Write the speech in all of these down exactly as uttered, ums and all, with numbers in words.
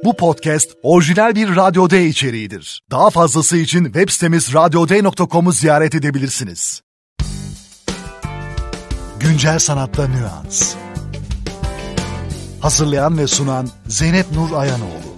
Bu podcast orijinal bir Radyo D içeriğidir. Daha fazlası için web sitemiz radyo d nokta com'u ziyaret edebilirsiniz. Güncel sanatta nüans. Hazırlayan ve sunan Zeynep Nur Ayanoğlu.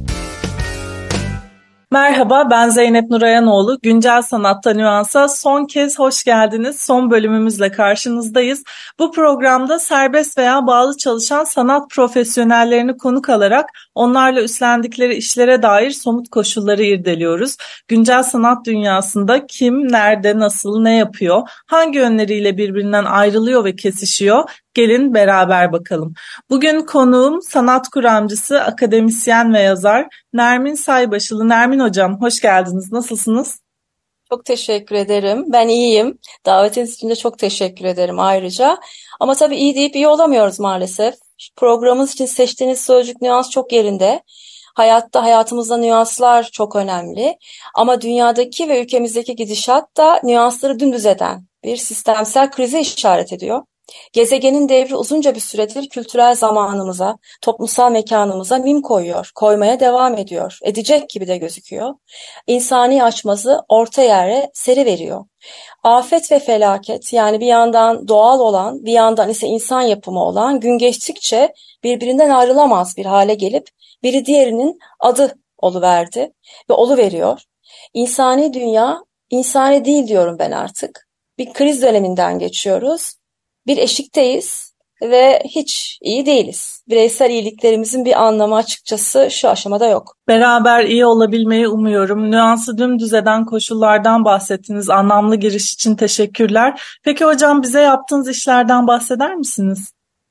Merhaba, ben Zeynep Nur Ayanoğlu. Güncel Sanatta Nüans'a son kez hoş geldiniz. Son bölümümüzle karşınızdayız. Bu programda serbest veya bağlı çalışan sanat profesyonellerini konuk alarak onlarla üstlendikleri işlere dair somut koşulları irdeliyoruz. Güncel sanat dünyasında kim, nerede, nasıl, ne yapıyor, hangi yönleriyle birbirinden ayrılıyor ve kesişiyor? Gelin beraber bakalım. Bugün konuğum sanat kuramcısı, akademisyen ve yazar Nermin Saybaşılı. Nermin Hocam, hoş geldiniz. Nasılsınız? Çok teşekkür ederim. Ben iyiyim. Davetiniz için de çok teşekkür ederim ayrıca. Ama tabii iyi deyip iyi olamıyoruz maalesef. Programımız için seçtiğiniz sözcük nüans çok yerinde. Hayatta, hayatımızda nüanslar çok önemli. Ama dünyadaki ve ülkemizdeki gidişat da nüansları dümdüz eden bir sistemsel krize işaret ediyor. Gezegenin devri uzunca bir süredir kültürel zamanımıza, toplumsal mekanımıza mim koyuyor, koymaya devam ediyor, edecek gibi de gözüküyor. İnsani açmazı orta yere seriveriyor. Afet ve felaket, yani bir yandan doğal olan, bir yandan ise insan yapımı olan, gün geçtikçe birbirinden ayrılamaz bir hale gelip biri diğerinin adı oluverdi ve oluveriyor. İnsani dünya, insani değil diyorum ben artık. Bir kriz döneminden geçiyoruz. Bir eşikteyiz ve hiç iyi değiliz. Bireysel iyiliklerimizin bir anlamı açıkçası şu aşamada yok. Beraber iyi olabilmeyi umuyorum. Nüansı dümdüz eden koşullardan bahsettiniz. Anlamlı giriş için teşekkürler. Peki hocam, bize yaptığınız işlerden bahseder misiniz?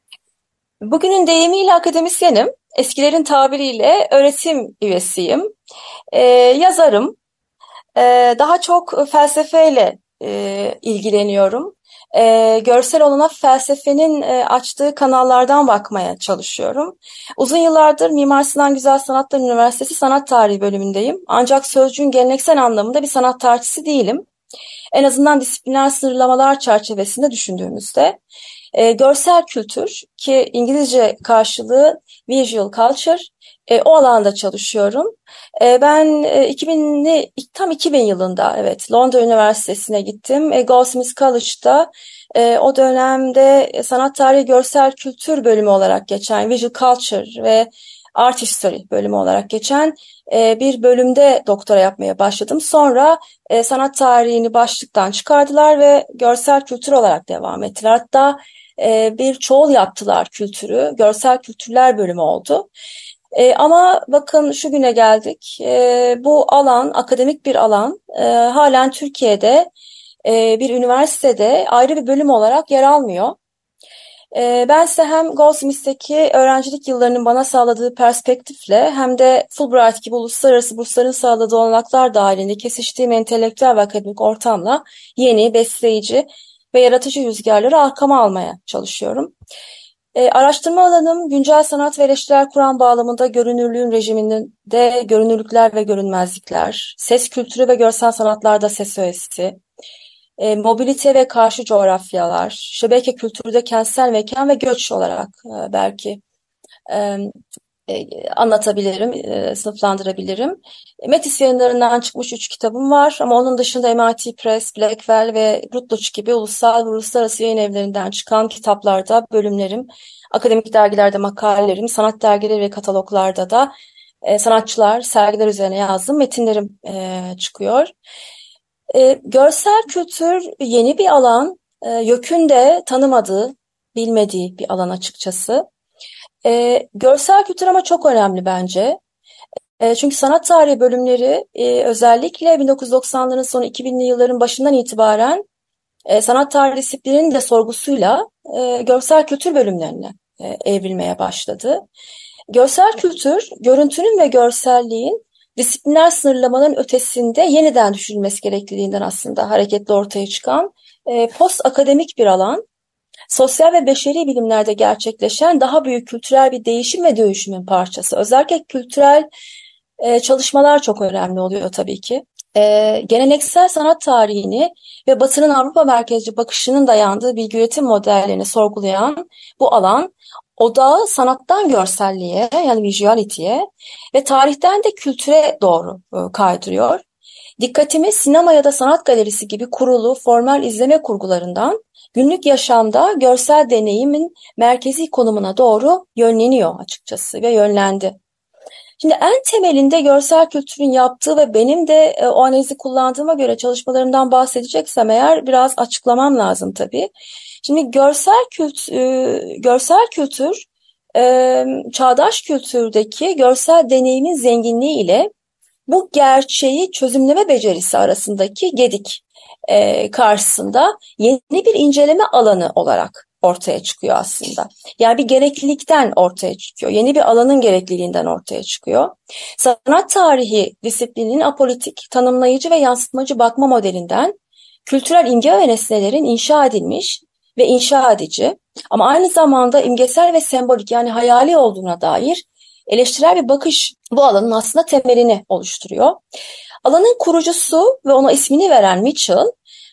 Bugünün deyimiyle akademisyenim. Eskilerin tabiriyle öğretim üyesiyim. Ee, yazarım. Ee, daha çok felsefeyle e, ilgileniyorum. E, görsel olana felsefenin e, açtığı kanallardan bakmaya çalışıyorum. Uzun yıllardır Mimar Sinan Güzel Sanatlar Üniversitesi Sanat Tarihi bölümündeyim. Ancak sözcüğün geleneksel anlamında bir sanat tarihçisi değilim. En azından disipliner sınırlamalar çerçevesinde düşündüğümüzde. E, görsel kültür, ki İngilizce karşılığı visual culture, e, o alanda çalışıyorum. E, ben e, iki binli, tam iki bin yılında evet Londra Üniversitesi'ne gittim. E, Goldsmiths College'da e, o dönemde sanat tarihi görsel kültür bölümü olarak geçen visual culture ve art history bölümü olarak geçen e, bir bölümde doktora yapmaya başladım. Sonra e, sanat tarihini başlıktan çıkardılar ve görsel kültür olarak devam ettiler. Hatta e, bir çoğul yaptılar kültürü, görsel kültürler bölümü oldu. E, ama bakın şu güne geldik, e, bu alan akademik bir alan, e, halen Türkiye'de e, bir üniversitede ayrı bir bölüm olarak yer almıyor. E, ben ise hem Goldsmiths'teki öğrencilik yıllarının bana sağladığı perspektifle hem de Fulbright gibi uluslararası bursların sağladığı olanaklar dahilinde kesiştiğim entelektüel ve akademik ortamla yeni, besleyici ve yaratıcı rüzgarları arkama almaya çalışıyorum. E, araştırma alanım güncel sanat ve eleştirel kuram bağlamında görünürlüğün rejiminde görünürlükler ve görünmezlikler, ses kültürü ve görsel sanatlarda ses öğesi, e, mobilite ve karşı coğrafyalar, şebeke kültürde kentsel mekan ve göç olarak e, belki e, e, anlatabilirim, e, sınıflandırabilirim. Metis yayınlarından çıkmış üç kitabım var ama onun dışında M I T Press, Blackwell ve Routledge gibi ulusal ve uluslararası yayın evlerinden çıkan kitaplarda bölümlerim, akademik dergilerde makalelerim, sanat dergileri ve kataloglarda da e, sanatçılar, sergiler üzerine yazdığım metinlerim e, çıkıyor. E, görsel kültür yeni bir alan, e, YÖK'ün de tanımadığı, bilmediği bir alan açıkçası. E, görsel kültür ama çok önemli bence. E, çünkü sanat tarihi bölümleri e, özellikle bin dokuz yüz doksanların sonu iki binli yılların başından itibaren e, sanat tarihi disiplininin de sorgusuyla e, görsel kültür bölümlerine e, evrilmeye başladı. Görsel kültür, görüntünün ve görselliğin disipliner sınırlamanın ötesinde yeniden düşünülmesi gerekliliğinden aslında hareketle ortaya çıkan e, post akademik bir alan. Sosyal ve beşeri bilimlerde gerçekleşen daha büyük kültürel bir değişim ve dönüşümün parçası. Özellikle kültürel e, çalışmalar çok önemli oluyor tabii ki. E, geleneksel sanat tarihini ve Batı'nın Avrupa merkezci bakışının dayandığı bilgi üretim modellerini sorgulayan bu alan odağı sanattan görselliğe yani visuality'ye ve tarihten de kültüre doğru e, kaydırıyor. Dikkatimi sinema ya da sanat galerisi gibi kurulu formal izleme kurgularından günlük yaşamda görsel deneyimin merkezi konumuna doğru yönleniyor açıkçası ve yönlendi. Şimdi en temelinde görsel kültürün yaptığı ve benim de e, o analizi kullandığıma göre çalışmalarımdan bahsedeceksem eğer biraz açıklamam lazım tabii. Şimdi görsel kültür, e, görsel kültür e, çağdaş kültürdeki görsel deneyimin zenginliği ile bu gerçeği çözümleme becerisi arasındaki gedik e, karşısında yeni bir inceleme alanı olarak ortaya çıkıyor aslında. Yani bir gereklilikten ortaya çıkıyor. Yeni bir alanın gerekliliğinden ortaya çıkıyor. Sanat tarihi disiplininin apolitik, tanımlayıcı ve yansıtmacı bakma modelinden kültürel imge ve nesnelerin inşa edilmiş ve inşa edici ama aynı zamanda imgesel ve sembolik yani hayali olduğuna dair eleştirel bir bakış bu alanın aslında temelini oluşturuyor. Alanın kurucusu ve ona ismini veren Mitchell,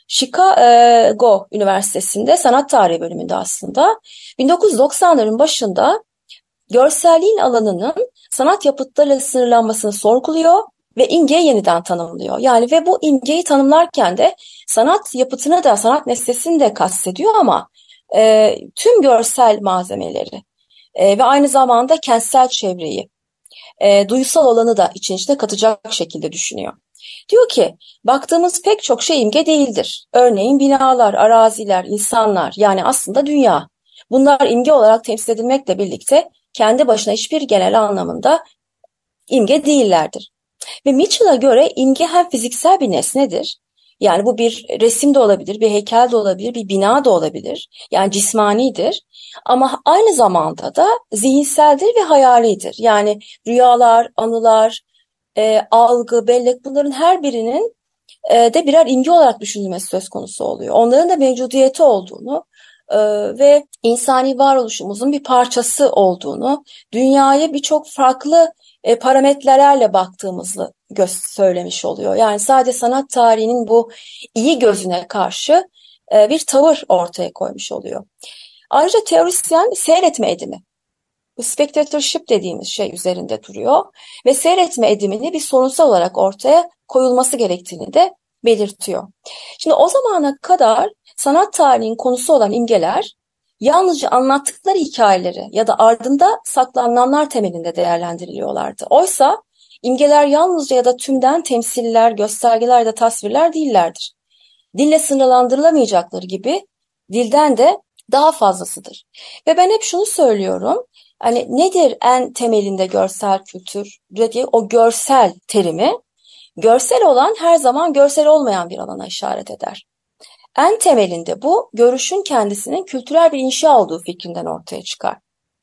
Chicago Üniversitesi'nde sanat tarihi bölümünde aslında bin dokuz yüz doksanların başında görselliğin alanının sanat yapıtlarıyla sınırlanmasını sorguluyor ve imgeyi yeniden tanımlıyor. Yani ve bu imgeyi tanımlarken de sanat yapıtını da sanat nesnesini de kastediyor ama e, tüm görsel malzemeleri e, ve aynı zamanda kentsel çevreyi, e, duysal olanı da için içine katacak şekilde düşünüyor. Diyor ki baktığımız pek çok şey imge değildir. Örneğin binalar, araziler, insanlar yani aslında dünya. Bunlar imge olarak temsil edilmekle birlikte kendi başına hiçbir genel anlamında imge değillerdir. Ve Mitchell'a göre imge hem fiziksel bir nesnedir. Yani bu bir resim de olabilir, bir heykel de olabilir, bir bina da olabilir. Yani cismanidir. Ama aynı zamanda da zihinseldir ve hayalidir. Yani rüyalar, anılar, e, algı, bellek bunların her birinin e, de birer imge olarak düşünülmesi söz konusu oluyor. Onların da mevcudiyeti olduğunu e, ve insani varoluşumuzun bir parçası olduğunu, dünyaya birçok farklı e, parametrelerle baktığımızı söylemiş oluyor. Yani sadece sanat tarihinin bu iyi gözüne karşı e, bir tavır ortaya koymuş oluyor. Ayrıca teorisyen seyretme edimi. Bu spectatorship dediğimiz şey üzerinde duruyor ve seyretme edimini bir sorunsal olarak ortaya koyulması gerektiğini de belirtiyor. Şimdi o zamana kadar sanat tarihinin konusu olan imgeler yalnızca anlattıkları hikayeleri ya da ardında saklı anlamlar temelinde değerlendiriliyorlardı. Oysa imgeler yalnızca ya da tümden temsiller, göstergeler ya da tasvirler değillerdir. Dille sınırlandırılamayacakları gibi dilden de daha fazlasıdır. Ve ben hep şunu söylüyorum. Hani nedir en temelinde görsel kültür dediği o görsel terimi? Görsel olan her zaman görsel olmayan bir alana işaret eder. En temelinde bu görüşün kendisinin kültürel bir inşa olduğu fikrinden ortaya çıkar.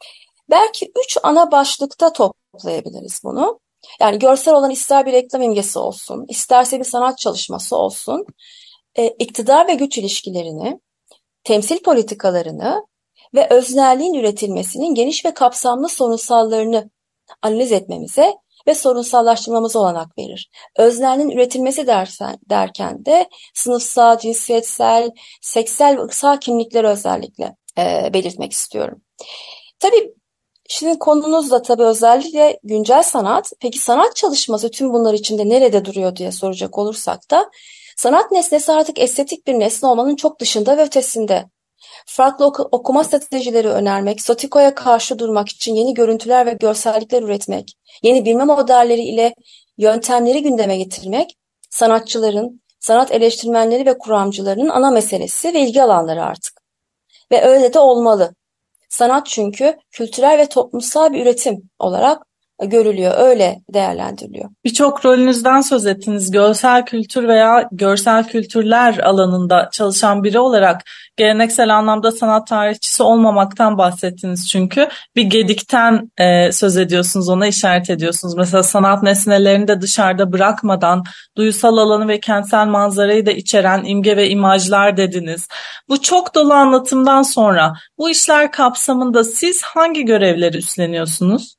Belki üç ana başlıkta toplayabiliriz bunu. Yani görsel olan ister bir reklam imgesi olsun, isterse bir sanat çalışması olsun, e, iktidar ve güç ilişkilerini, temsil politikalarını ve öznelliğin üretilmesinin geniş ve kapsamlı sorunsallarını analiz etmemize ve sorunsallaştırmamıza olanak verir. Öznelliğin üretilmesi dersen, derken de sınıfsal, cinsiyetsel, seksel ve ırksal kimlikleri özellikle e, belirtmek istiyorum. Tabii şimdi konunuz da tabii özellikle güncel sanat. Peki sanat çalışması tüm bunlar içinde nerede duruyor diye soracak olursak da sanat nesnesi artık estetik bir nesne olmanın çok dışında ve ötesinde. Farklı oku- okuma stratejileri önermek, statikoya karşı durmak için yeni görüntüler ve görsellikler üretmek, yeni bilme modelleri ile yöntemleri gündeme getirmek, sanatçıların, sanat eleştirmenleri ve kuramcılarının ana meselesi ve ilgi alanları artık. Ve öyle de olmalı. Sanat çünkü kültürel ve toplumsal bir üretim olarak görülüyor, öyle değerlendiriliyor. Birçok rolünüzden söz ettiniz. Görsel kültür veya görsel kültürler alanında çalışan biri olarak geleneksel anlamda sanat tarihçisi olmamaktan bahsettiniz çünkü. Bir gedikten e, söz ediyorsunuz, ona işaret ediyorsunuz. Mesela sanat nesnelerini de dışarıda bırakmadan duysal alanı ve kentsel manzarayı da içeren imge ve imajlar dediniz. Bu çok dolu anlatımdan sonra bu işler kapsamında siz hangi görevleri üstleniyorsunuz?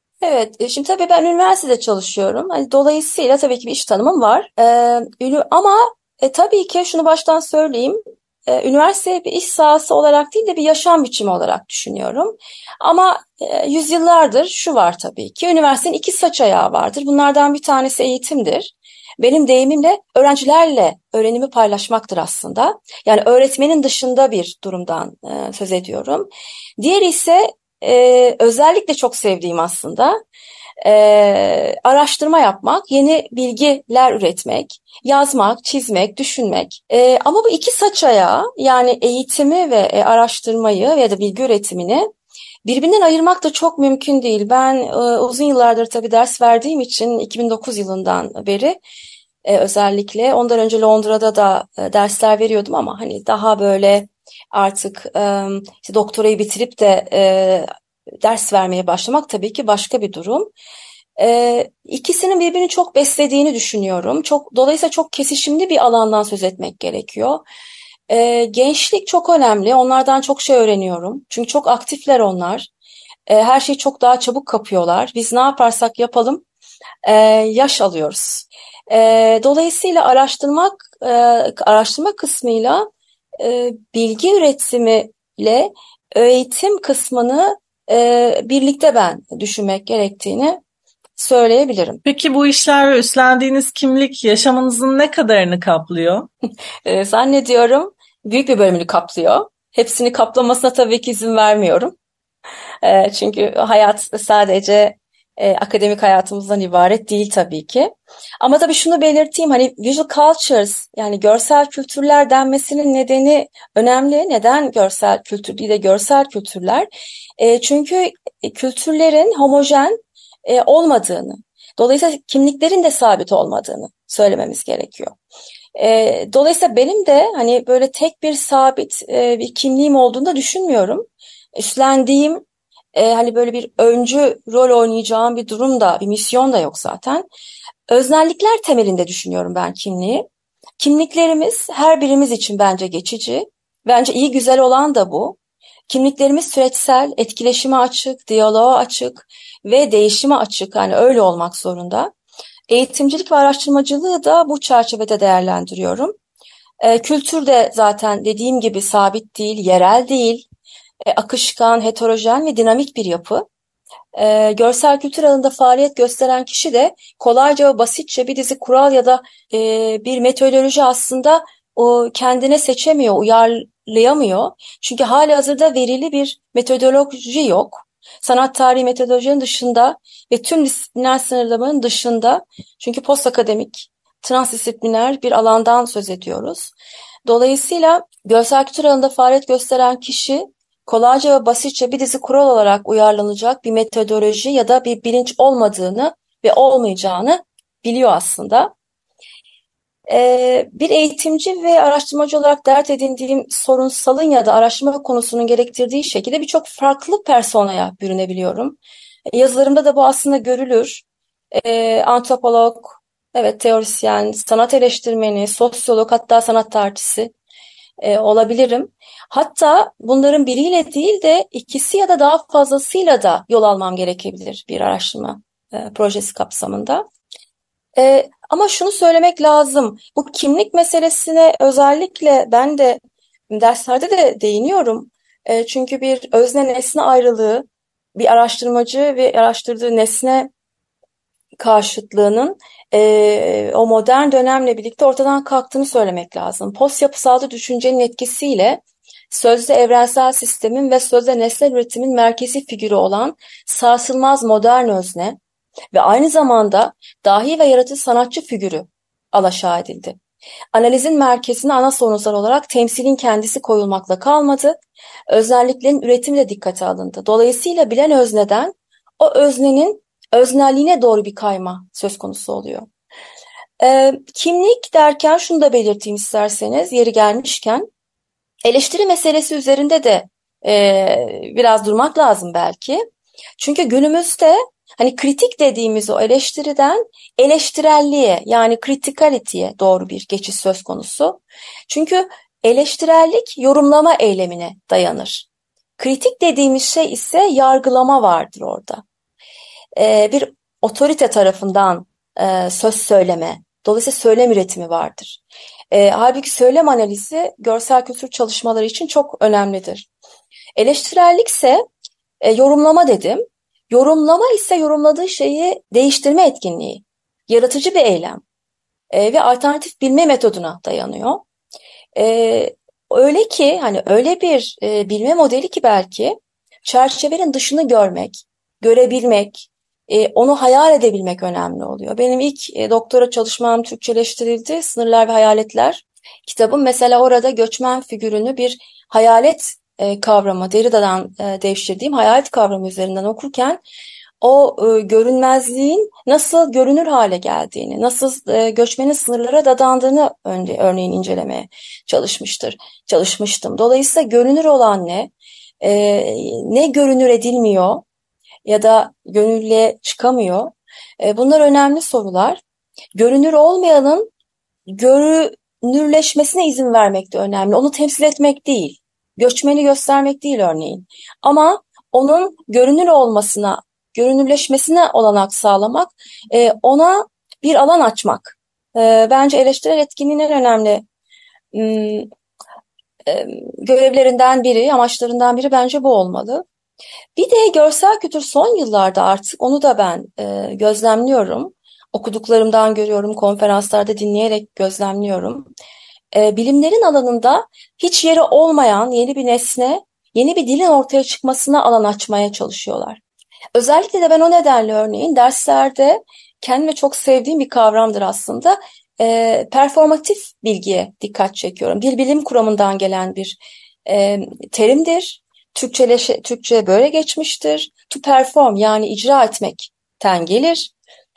Evet, şimdi tabii ben üniversitede çalışıyorum. Hani dolayısıyla tabii ki bir iş tanımım var. Ee, ama e, tabii ki şunu baştan söyleyeyim. e, üniversiteyi bir iş sahası olarak değil de bir yaşam biçimi olarak düşünüyorum. Ama e, yüzyıllardır şu var tabii ki, üniversitenin iki saç ayağı vardır. Bunlardan bir tanesi eğitimdir. Benim deyimimle öğrencilerle öğrenimi paylaşmaktır aslında. Yani öğretmenin dışında bir durumdan e, söz ediyorum. Diğeri ise e, özellikle çok sevdiğim aslında e, araştırma yapmak, yeni bilgiler üretmek, yazmak, çizmek, düşünmek. E, ama bu iki saç ayağı, yani eğitimi ve e, araştırmayı ya da bilgi üretimini birbirinden ayırmak da çok mümkün değil. Ben e, uzun yıllardır tabii ders verdiğim için iki bin dokuz yılından beri e, özellikle, ondan önce Londra'da da e, dersler veriyordum ama hani daha böyle artık e, işte doktorayı bitirip de e, ders vermeye başlamak tabii ki başka bir durum. E, ikisinin birbirini çok beslediğini düşünüyorum. Çok, dolayısıyla çok kesişimli bir alandan söz etmek gerekiyor. E, gençlik çok önemli. Onlardan çok şey öğreniyorum. Çünkü çok aktifler onlar. E, her şeyi çok daha çabuk kapıyorlar. Biz ne yaparsak yapalım e, yaş alıyoruz. E, dolayısıyla araştırmak, e, araştırma kısmıyla e, bilgi üretimiyle eğitim kısmını e, birlikte ben düşünmek gerektiğini söyleyebilirim. Peki bu işler ve üstlendiğiniz kimlik yaşamınızın ne kadarını kaplıyor? E, zannediyorum büyük bir bölümünü kaplıyor. Hepsini kaplamasına tabii ki izin vermiyorum. E, çünkü hayat sadece e, akademik hayatımızdan ibaret değil tabii ki. Ama tabii şunu belirteyim, hani visual cultures, yani görsel kültürler denmesinin nedeni önemli. Neden görsel kültür değil de görsel kültürler? E, çünkü kültürlerin homojen e, olmadığını, dolayısıyla kimliklerin de sabit olmadığını söylememiz gerekiyor. E, dolayısıyla benim de hani böyle tek bir sabit e, bir kimliğim olduğunu da düşünmüyorum. Üstlendiğim e, hani böyle bir öncü rol oynayacağım bir durum da, bir misyon da yok zaten. Öznellikler temelinde düşünüyorum ben kimliği. Kimliklerimiz her birimiz için bence geçici. Bence iyi güzel olan da bu. Kimliklerimiz süreçsel, etkileşime açık, diyaloğa açık ve değişime açık. Yani öyle olmak zorunda. Eğitimcilik ve araştırmacılığı da bu çerçevede değerlendiriyorum. E, kültür de zaten dediğim gibi sabit değil, yerel değil, e, akışkan, heterojen ve dinamik bir yapı. E, görsel kültür alanında faaliyet gösteren kişi de kolayca ve basitçe bir dizi kural ya da e, bir metodoloji aslında o kendine seçemiyor, uyarlayamıyor. Çünkü halihazırda verili bir metodoloji yok. Sanat tarihi metodolojinin dışında ve tüm disipliner sınırlamanın dışında, çünkü post akademik, transdisipliner bir alandan söz ediyoruz. Dolayısıyla görsel kültür alanında faaliyet gösteren kişi kolayca ve basitçe bir dizi kural olarak uyarlanacak bir metodoloji ya da bir bilinç olmadığını ve olmayacağını biliyor aslında. Ee, bir eğitimci ve araştırmacı olarak dert edindiğim sorunsalın ya da araştırma konusunun gerektirdiği şekilde birçok farklı personaya bürünebiliyorum. Yazılarımda da bu aslında görülür. Ee, antropolog, evet teorisyen, sanat eleştirmeni, sosyolog, hatta sanat tarihçisi e, olabilirim. Hatta bunların biriyle değil de ikisi ya da daha fazlasıyla da yol almam gerekebilir bir araştırma e, projesi kapsamında. E, ama şunu söylemek lazım. Bu kimlik meselesine özellikle ben de derslerde de değiniyorum. E, çünkü bir özne nesne ayrılığı, bir araştırmacı ve araştırdığı nesne karşıtlığının e, o modern dönemle birlikte ortadan kalktığını söylemek lazım. Post yapısalcı düşüncenin etkisiyle sözde evrensel sistemin ve sözde nesnel üretimin merkezi figürü olan sarsılmaz modern özne ve aynı zamanda dahi ve yaratıcı sanatçı figürü alaşağı edildi. Analizin merkezine ana sorunsal olarak temsilin kendisi koyulmakla kalmadı, öznelliklerin üretimi de dikkate alındı. Dolayısıyla bilen özneden o öznenin öznelliğine doğru bir kayma söz konusu oluyor. Ee, kimlik derken şunu da belirteyim isterseniz, yeri gelmişken, eleştiri meselesi üzerinde de e, biraz durmak lazım belki. Çünkü günümüzde hani kritik dediğimiz o eleştiriden eleştirelliğe, yani criticality'ye doğru bir geçiş söz konusu. Çünkü eleştirellik yorumlama eylemine dayanır. Kritik dediğimiz şey ise yargılama vardır orada. Ee, bir otorite tarafından e, söz söyleme Dolayısıyla söylem üretimi vardır. E, halbuki söylem analizi görsel kültür çalışmaları için çok önemlidir. Eleştirellikse e, yorumlama dedim. Yorumlama ise yorumladığı şeyi değiştirme etkinliği, yaratıcı bir eylem e, ve alternatif bilme metoduna dayanıyor. E, öyle ki hani öyle bir e, bilme modeli ki belki çerçevenin dışını görmek, görebilmek, e, onu hayal edebilmek önemli oluyor. Benim ilk e, doktora çalışmam Türkçeleştirildi, Sınırlar ve Hayaletler kitabım. Mesela orada göçmen figürünü bir hayalet e, kavramı, Derrida'dan e, devşirdiğim hayalet kavramı üzerinden okurken o e, görünmezliğin nasıl görünür hale geldiğini, nasıl e, göçmenin sınırlara dadandığını önce, örneğin incelemeye çalışmıştır, çalışmıştım. Dolayısıyla görünür olan ne, e, ne görünür edilmiyor ya da gönülle çıkamıyor. E, bunlar önemli sorular. Görünür olmayanın görünürleşmesine izin vermek de önemli. Onu temsil etmek değil, göçmeni göstermek değil örneğin. Ama onun görünür olmasına, görünürleşmesine olanak sağlamak, e, ona bir alan açmak. E, bence eleştirel etkinliğin en önemli m, e, görevlerinden biri, amaçlarından biri bence bu olmalı. Bir de görsel kültür son yıllarda artık onu da ben e, gözlemliyorum. Okuduklarımdan görüyorum, konferanslarda dinleyerek gözlemliyorum. E, bilimlerin alanında hiç yeri olmayan yeni bir nesne, yeni bir dilin ortaya çıkmasına alan açmaya çalışıyorlar. Özellikle de ben o nedenle örneğin derslerde kendime çok sevdiğim bir kavramdır aslında. E, performatif bilgiye dikkat çekiyorum. Dil bilim kuramından gelen bir e, terimdir. Türkçeleşe, Türkçe böyle geçmiştir. To perform yani icra etmekten gelir.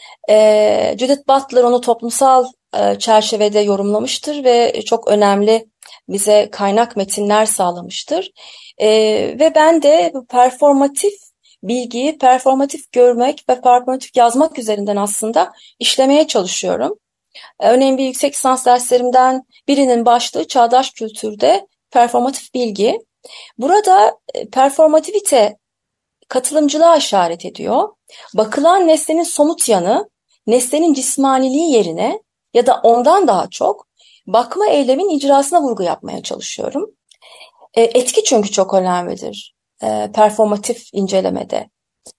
E, Judith Butler onu toplumsal e, çerçevede yorumlamıştır ve çok önemli bize kaynak metinler sağlamıştır. E, ve ben de bu performatif bilgiyi performatif görmek ve performatif yazmak üzerinden aslında işlemeye çalışıyorum. Örneğin bir yüksek lisans derslerimden birinin başlığı çağdaş kültürde performatif bilgi. Burada performativite katılımcılığa işaret ediyor. Bakılan nesnenin somut yanı, nesnenin cismaniliği yerine ya da ondan daha çok bakma eylemin icrasına vurgu yapmaya çalışıyorum. Etki çünkü çok önemlidir performatif incelemede.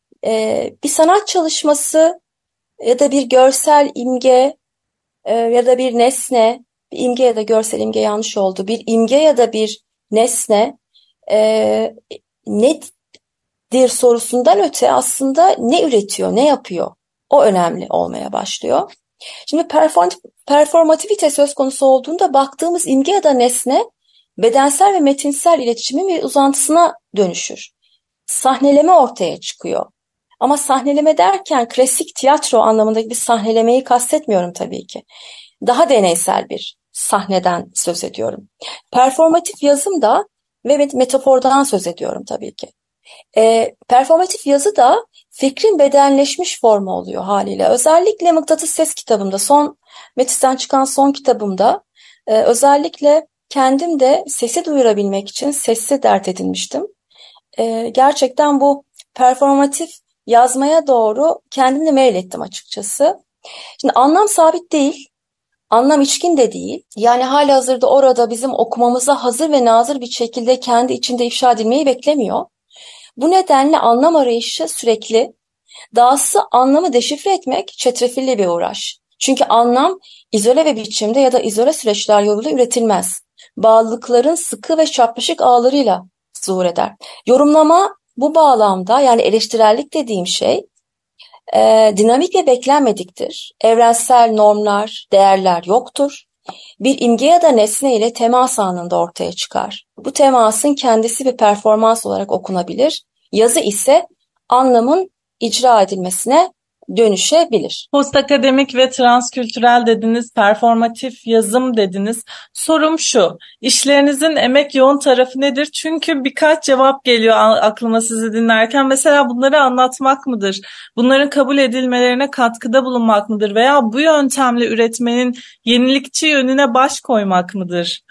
Bir sanat çalışması ya da bir görsel imge ya da bir nesne, bir imge ya da görsel imge yanlış oldu, bir imge ya da bir nesne e, nedir sorusundan öte aslında ne üretiyor, ne yapıyor? O önemli olmaya başlıyor. Şimdi perform performativite söz konusu olduğunda baktığımız imge ya da nesne bedensel ve metinsel iletişimin bir uzantısına dönüşür. Sahneleme ortaya çıkıyor. Ama sahneleme derken klasik tiyatro anlamındaki bir sahnelemeyi kastetmiyorum tabii ki. Daha deneysel bir sahneden söz ediyorum. Performatif yazım da ve metafordan söz ediyorum tabii ki. E, performatif yazı da fikrin bedenleşmiş formu oluyor haliyle. Özellikle Mıknatıs Ses kitabımda, son Metis'ten çıkan son kitabımda e, özellikle kendim de sesi duyurabilmek için sesi dert edinmiştim. E, gerçekten bu performatif yazmaya doğru kendimle meylettim açıkçası. Şimdi anlam sabit değil, anlam içkin de değil. Yani halihazırda orada bizim okumamıza hazır ve nazır bir şekilde kendi içinde ifşa edilmeyi beklemiyor. Bu nedenle anlam arayışı sürekli. Dahası anlamı deşifre etmek çetrefilli bir uğraş. Çünkü anlam izole bir biçimde ya da izole süreçler yoluyla üretilmez. Bağlılıkların sıkı ve çarpışık ağlarıyla zuhur eder. Yorumlama bu bağlamda, yani eleştirellik dediğim şey e, dinamik ve beklenmediktir. Evrensel normlar, değerler yoktur. Bir imge ya da nesne ile temas anında ortaya çıkar. Bu temasın kendisi bir performans olarak okunabilir. Yazı ise anlamın icra edilmesine dönüşebilir. Postakademik ve transkültürel dediniz, performatif yazım dediniz. Sorum şu, işlerinizin emek yoğun tarafı nedir? Çünkü birkaç cevap geliyor aklıma sizi dinlerken. Mesela bunları anlatmak mıdır? Bunların kabul edilmelerine katkıda bulunmak mıdır? Veya bu yöntemle üretmenin yenilikçi yönüne baş koymak mıdır?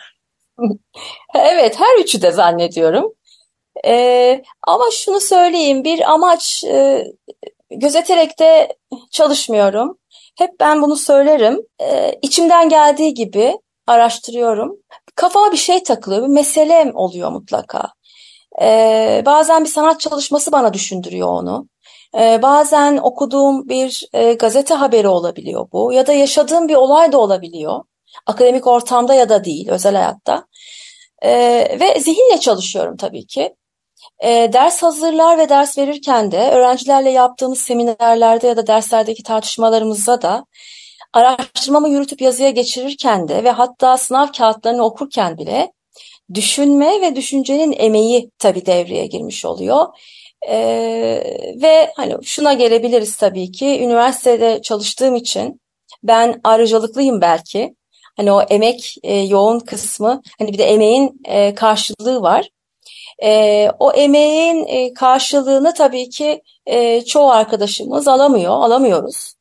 Evet, her üçü de zannediyorum. Ee, ama şunu söyleyeyim, bir amaç e, gözeterek de çalışmıyorum. Hep ben bunu söylerim. Ee, içimden geldiği gibi araştırıyorum. Kafama bir şey takılıyor, bir meselem oluyor mutlaka. Ee, bazen bir sanat çalışması bana düşündürüyor onu. Ee, bazen okuduğum bir e, gazete haberi olabiliyor bu. Ya da yaşadığım bir olay da olabiliyor. Akademik ortamda ya da değil, özel hayatta. Ee, ve zihinle çalışıyorum tabii ki. E, ders hazırlar ve ders verirken de öğrencilerle yaptığımız seminerlerde ya da derslerdeki tartışmalarımızda da araştırmamı yürütüp yazıya geçirirken de ve hatta sınav kağıtlarını okurken bile düşünme ve düşüncenin emeği tabii devreye girmiş oluyor. E, ve hani şuna gelebiliriz tabii ki, üniversitede çalıştığım için ben ayrıcalıklıyım belki. Hani o emek e, yoğun kısmı, hani bir de emeğin e, karşılığı var. E, o emeğin e, karşılığını tabii ki e, çoğu arkadaşımız alamıyor, alamıyoruz.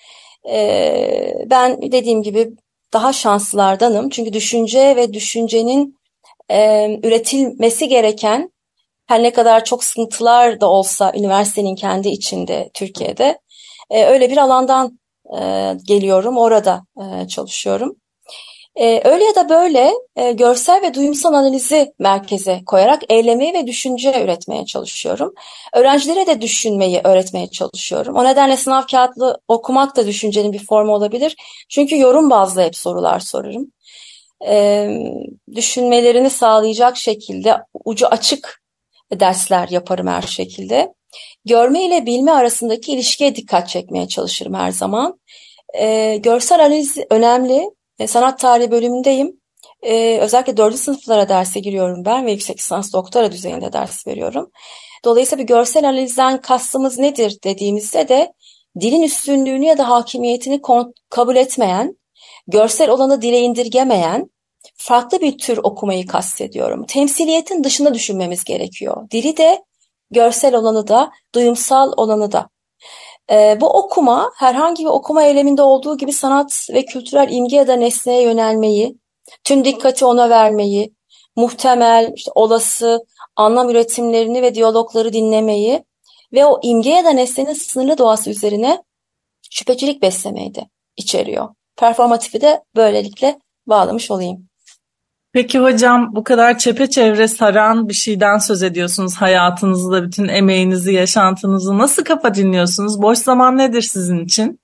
E, ben dediğim gibi daha şanslılardanım. Çünkü düşünce ve düşüncenin e, üretilmesi gereken, her ne kadar çok sıkıntılar da olsa üniversitenin kendi içinde Türkiye'de, e, öyle bir alandan e, geliyorum, orada e, çalışıyorum. Ee, öyle ya da böyle e, görsel ve duyumsal analizi merkeze koyarak eylemi ve düşünce üretmeye çalışıyorum. Öğrencilere de düşünmeyi öğretmeye çalışıyorum. O nedenle sınav kağıtlı okumak da düşüncenin bir formu olabilir. Çünkü yorum bazlı hep sorular sorarım. Ee, düşünmelerini sağlayacak şekilde ucu açık dersler yaparım her şekilde. Görme ile bilme arasındaki ilişkiye dikkat çekmeye çalışırım her zaman. Ee, görsel analiz önemli. E, sanat tarihi bölümündeyim. E, özellikle dördüncü sınıflara derse giriyorum ben ve yüksek lisans doktora düzeyinde ders veriyorum. Dolayısıyla bir görsel analizden kastımız nedir dediğimizde de dilin üstünlüğünü ya da hakimiyetini kabul etmeyen, görsel olanı dile indirgemeyen farklı bir tür okumayı kastediyorum. Temsiliyetin dışında düşünmemiz gerekiyor. Dili de, görsel olanı da, duyumsal olanı da. E, bu okuma herhangi bir okuma eyleminde olduğu gibi sanat ve kültürel imge ya da nesneye yönelmeyi, tüm dikkati ona vermeyi, muhtemel, işte olası anlam üretimlerini ve diyalogları dinlemeyi ve o imge ya da nesnenin sınırlı doğası üzerine şüphecilik beslemeyi de içeriyor. Performatifi de böylelikle bağlamış olayım. Peki hocam, bu kadar çepeçevre saran bir şeyden söz ediyorsunuz. Hayatınızda bütün emeğinizi, yaşantınızı nasıl kafa dinliyorsunuz? Boş zaman nedir sizin için?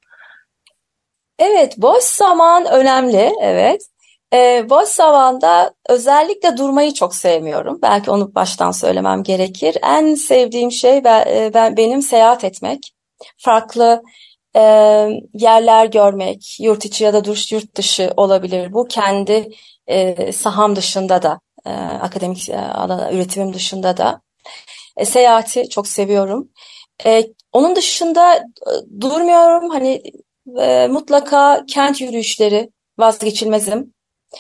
Evet, boş zaman önemli, evet. Ee, boş zamanda özellikle durmayı çok sevmiyorum. Belki onu baştan söylemem gerekir. En sevdiğim şey ben, ben benim seyahat etmek. Farklı e, yerler görmek, yurt içi ya da yurt dışı olabilir. Bu kendi e, saham dışında da, e, akademik e, alan, üretimim dışında da. E, seyahati çok seviyorum. E, onun dışında e, durmuyorum. Hani e, mutlaka kent yürüyüşleri vazgeçilmezim.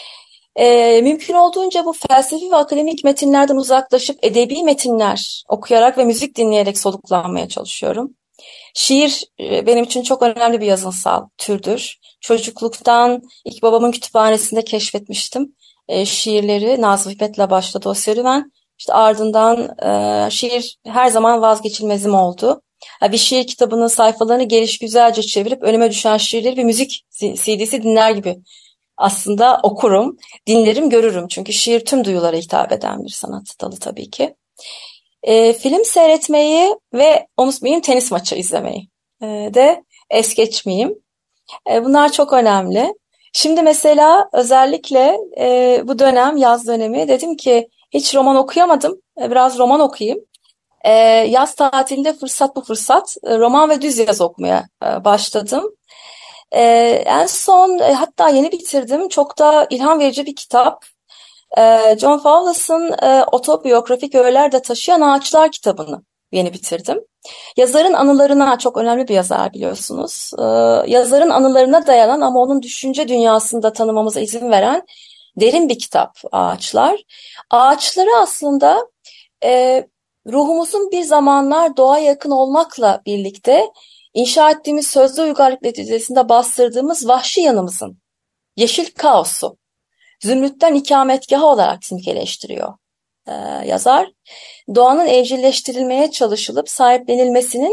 E, mümkün olduğunca bu felsefi ve akademik metinlerden uzaklaşıp edebi metinler okuyarak ve müzik dinleyerek soluklanmaya çalışıyorum. Şiir e, benim için çok önemli bir yazınsal türdür. Çocukluktan ilk babamın kütüphanesinde keşfetmiştim e, şiirleri. Nazım Hikmet'le başladı o serüven. İşte ardından e, şiir her zaman vazgeçilmezim oldu. Bir şiir kitabının sayfalarını gelişgüzelce çevirip önüme düşen şiirleri bir müzik C D'si dinler gibi aslında okurum, dinlerim, görürüm. Çünkü şiir tüm duyulara hitap eden bir sanat dalı tabii ki. E, film seyretmeyi ve unutmayayım tenis maçı izlemeyi e, de es geçmeyeyim. E, bunlar çok önemli. Şimdi mesela özellikle e, bu dönem, yaz dönemi, dedim ki hiç roman okuyamadım. E, biraz roman okuyayım. E, yaz tatilinde fırsat bu fırsat e, roman ve düz yazı okumaya e, başladım. E, en son e, hatta yeni bitirdim. Çok da ilham verici bir kitap. E, John Fowles'ın e, otobiyografik öğeler de taşıyan Ağaçlar kitabını yeni bitirdim. Yazarın anılarına, çok önemli bir yazar biliyorsunuz. E, yazarın anılarına dayanan ama onun düşünce dünyasında tanımamıza izin veren derin bir kitap Ağaçlar. Ağaçları aslında e, ruhumuzun bir zamanlar doğaya yakın olmakla birlikte inşa ettiğimiz sözlü uygarlık neticesinde bastırdığımız vahşi yanımızın yeşil kaosu, zümrütten ikametgahı olarak simgeleştiriyor e, yazar. Doğanın evcilleştirilmeye çalışılıp sahiplenilmesinin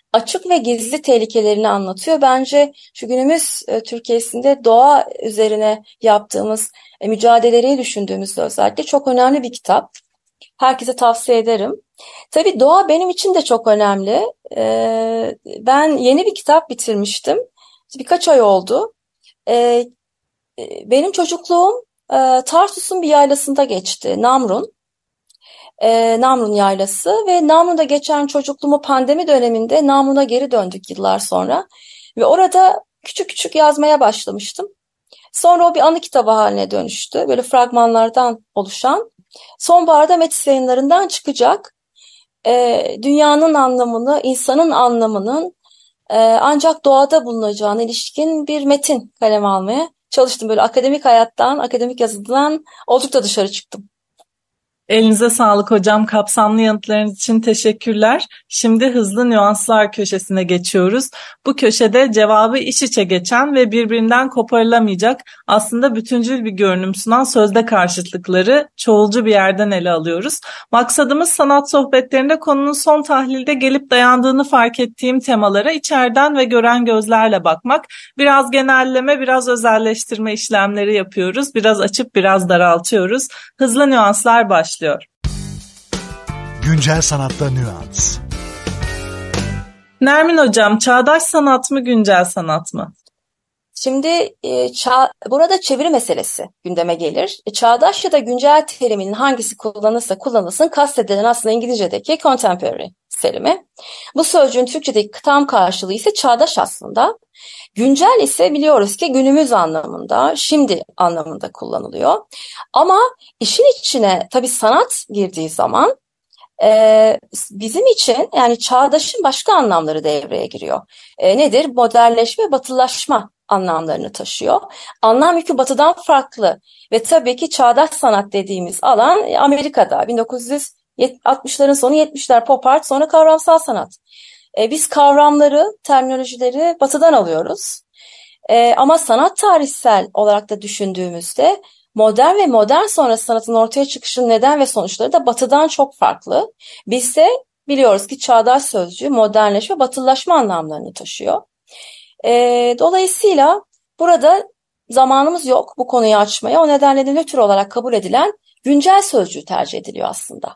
açık ve gizli tehlikelerini anlatıyor. Bence şu günümüz e, Türkiye'sinde doğa üzerine yaptığımız e, mücadeleyi düşündüğümüzde özellikle çok önemli bir kitap. Herkese tavsiye ederim. Tabii doğa benim için de çok önemli. E, ben yeni bir kitap bitirmiştim. Birkaç ay oldu. E, benim çocukluğum e, Tarsus'un bir yaylasında geçti. Namrun. E, Namrun Yaylası ve Namrun'da geçen çocukluğumu pandemi döneminde Namrun'a geri döndük yıllar sonra ve orada küçük küçük yazmaya başlamıştım. Sonra o bir anı kitabı haline dönüştü. Böyle fragmanlardan oluşan. Sonbaharda Metis Yayınları'ndan çıkacak. E, dünyanın anlamını, insanın anlamının e, ancak doğada bulunacağına ilişkin bir metin kaleme almaya çalıştım. Böyle akademik hayattan, akademik yazıdan oldukça dışarı çıktım. Elinize sağlık hocam. Kapsamlı yanıtlarınız için teşekkürler. Şimdi hızlı nüanslar köşesine geçiyoruz. Bu köşede cevabı iç içe geçen ve birbirinden koparılamayacak, aslında bütüncül bir görünüm sunan sözde karşıtlıkları çoğulcu bir yerden ele alıyoruz. Maksadımız sanat sohbetlerinde konunun son tahlilde gelip dayandığını fark ettiğim temalara içeriden ve gören gözlerle bakmak. Biraz genelleme, biraz özelleştirme işlemleri yapıyoruz. Biraz açıp biraz daraltıyoruz. Hızlı nüanslar başlıyor. Güncel sanatta nüans. Nermin hocam, çağdaş sanat mı, güncel sanat mı? Şimdi e, çağ, burada çeviri meselesi gündeme gelir. E, çağdaş ya da güncel teriminin hangisi kullanılırsa kullanılsın kastedilen aslında İngilizce'deki contemporary terimi. Bu sözcüğün Türkçedeki tam karşılığı ise çağdaş aslında. Güncel ise biliyoruz ki günümüz anlamında, şimdi anlamında kullanılıyor. Ama işin içine tabii sanat girdiği zaman e, bizim için yani çağdaşın başka anlamları devreye giriyor. E, nedir? Modernleşme, batılılaşma anlamlarını taşıyor. Anlam yükü batıdan farklı ve tabii ki çağdaş sanat dediğimiz alan Amerika'da bin dokuz yüz altmışların sonu yetmişler pop art, sonra kavramsal sanat. E, biz kavramları, terminolojileri batıdan alıyoruz. E, ama sanat tarihsel olarak da düşündüğümüzde modern ve modern sonrası sanatın ortaya çıkışının neden ve sonuçları da batıdan çok farklı. Biz de biliyoruz ki çağdaş sözcüğü modernleşme, batılılaşma anlamlarını taşıyor. E, dolayısıyla burada zamanımız yok bu konuyu açmaya. O nedenle de nötr olarak kabul edilen güncel sözcüğü tercih ediliyor aslında.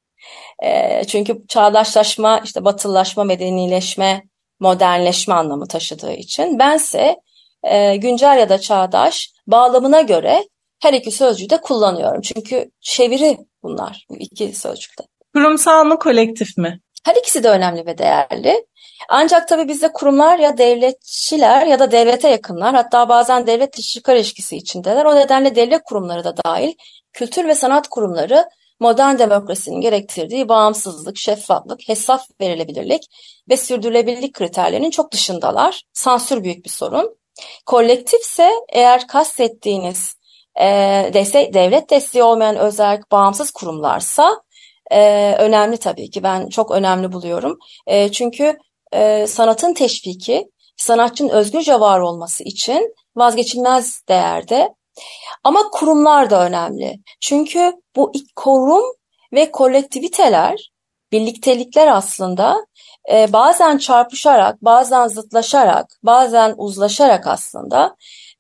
E, çünkü çağdaşlaşma, işte batılılaşma, medenileşme, modernleşme anlamı taşıdığı için bense e, güncel ya da çağdaş bağlamına göre her iki sözcüğü de kullanıyorum. Çünkü çeviri bunlar, bu iki sözcükte. Kurumsal mı, kolektif mi? Her ikisi de önemli ve değerli. Ancak tabii bizde kurumlar ya devletçiler ya da devlete yakınlar, hatta bazen devlet dışı çıkar ilişkisi içindeler. O nedenle devlet kurumları da dahil kültür ve sanat kurumları modern demokrasinin gerektirdiği bağımsızlık, şeffaflık, hesap verilebilirlik ve sürdürülebilirlik kriterlerinin çok dışındalar. Sansür büyük bir sorun. Kolektifse eğer kastettiğiniz e, destek, devlet desteği olmayan özel bağımsız kurumlarsa e, önemli tabii ki. Ben çok önemli buluyorum. E, çünkü e, sanatın teşviki, sanatçının özgürce var olması için vazgeçilmez değerde. Ama kurumlar da önemli. Çünkü bu kurum ve kolektiviteler, birliktelikler aslında e, bazen çarpışarak, bazen zıtlaşarak, bazen uzlaşarak aslında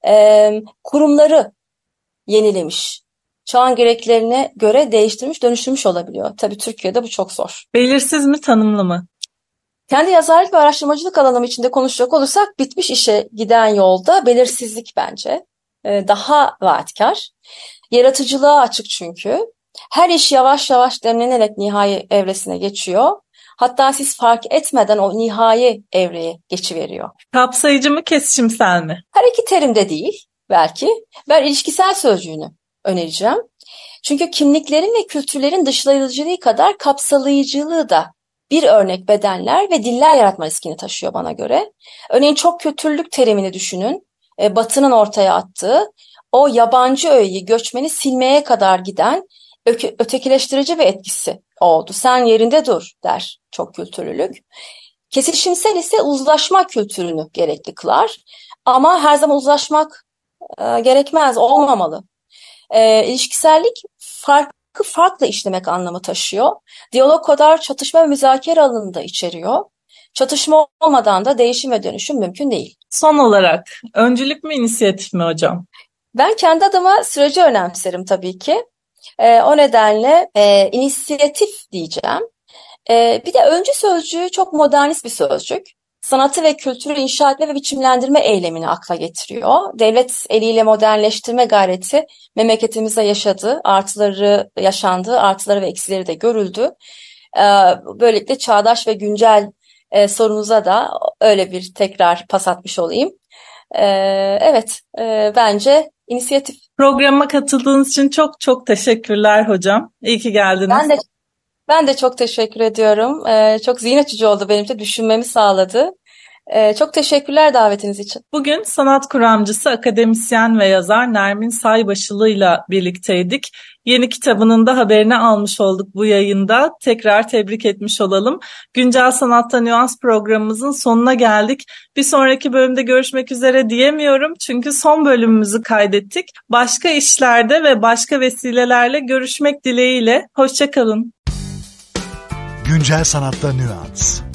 e, kurumları yenilemiş, çağın gereklerine göre değiştirmiş, dönüştürmüş olabiliyor. Tabii Türkiye'de bu çok zor. Belirsiz mi, tanımlı mı? Kendi yazarlık ve araştırmacılık alanım içinde konuşacak olursak bitmiş işe giden yolda belirsizlik bence daha vaatkar. Yaratıcılığa açık çünkü. Her iş yavaş yavaş demlenerek nihai evresine geçiyor. Hatta siz fark etmeden o nihai evreye geçiveriyor. Kapsayıcı mı, kesişimsel mi? Her iki terim de değil belki. Ben ilişkisel sözcüğünü önereceğim. Çünkü kimliklerin ve kültürlerin dışlayıcılığı kadar kapsayıcılığı da bir örnek bedenler ve diller yaratma riskini taşıyor bana göre. Örneğin çok kültürlük terimini düşünün. Batı'nın ortaya attığı o yabancı öğeyi, göçmeni silmeye kadar giden öke, ötekileştirici bir etkisi oldu. Sen yerinde dur der çok kültürlülük. Kesişimsel ise uzlaşma kültürünü gerekli kılar. Ama her zaman uzlaşmak e, gerekmez, olmamalı. E, ilişkisellik farkı farklı işlemek anlamı taşıyor. Diyalog kadar çatışma ve müzakere alanını da içeriyor. Çatışma olmadan da değişim ve dönüşüm mümkün değil. Son olarak öncülük mü, inisiyatif mi hocam? Ben kendi adıma süreci önemserim tabii ki. E, o nedenle e, inisiyatif diyeceğim. E, bir de öncü sözcüğü çok modernist bir sözcük. Sanatı ve kültürü inşa etme ve biçimlendirme eylemini akla getiriyor. Devlet eliyle modernleştirme gayreti memleketimizde yaşadı, artıları yaşandı, artıları ve eksileri de görüldü. E, böylelikle çağdaş ve güncel e, sorunuza da öyle bir tekrar pas atmış olayım. E, evet, e, bence inisiyatif. Programa katıldığınız için çok çok teşekkürler hocam. İyi ki geldiniz. Ben de ben de çok teşekkür ediyorum. Ee, çok zihin açıcı oldu benim de, düşünmemi sağladı. Ee, çok teşekkürler davetiniz için. Bugün sanat kuramcısı, akademisyen ve yazar Nermin Saybaşılı'yla birlikteydik. Yeni kitabının da haberini almış olduk bu yayında. Tekrar tebrik etmiş olalım. Güncel Sanatta Nüans programımızın sonuna geldik. Bir sonraki bölümde görüşmek üzere diyemiyorum. Çünkü son bölümümüzü kaydettik. Başka işlerde ve başka vesilelerle görüşmek dileğiyle. Hoşça kalın. Güncel Sanatta Nüans.